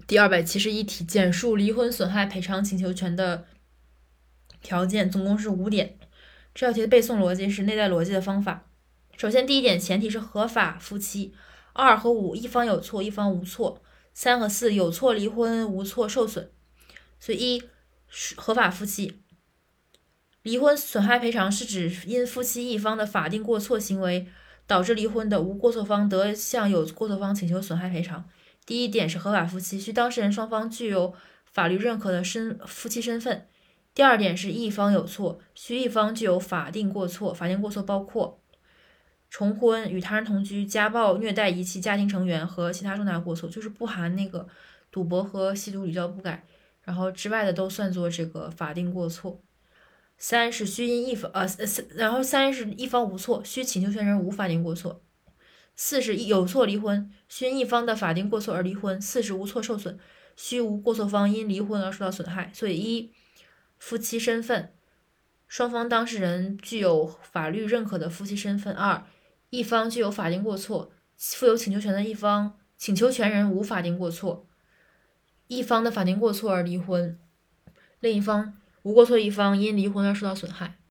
第271题，简述离婚损害赔偿请求权的条件，总共是5点。这道题的背诵逻辑是内在逻辑的方法。首先，第一点，前提是合法夫妻；2和5一方有错，一方无错；3和4有错离婚，无错受损。所以一，合法夫妻。离婚损害赔偿是指因夫妻一方的法定过错行为导致离婚的无过错方得向有过错方请求损害赔偿。第一点是合法夫妻，需当事人双方具有法律认可的夫妻身份。第二点是一方有错，需一方具有法定过错，法定过错包括重婚、与他人同居、家暴、虐待遗弃家庭成员和其他重大过错，就是不含那个赌博和吸毒屡教不改，然后之外的都算作这个法定过错。3是需因一方然后3是一方无错，需请求权人无法定过错。4是有错离婚，需因一方的法定过错而离婚。4是无错受损，需无过错方因离婚而受到损害。所以一，夫妻身份，双方当事人具有法律认可的夫妻身份。2，一方具有法定过错，负有请求权的一方请求权人无法定过错，一方的法定过错而离婚，另一方无过错一方因离婚而受到损害。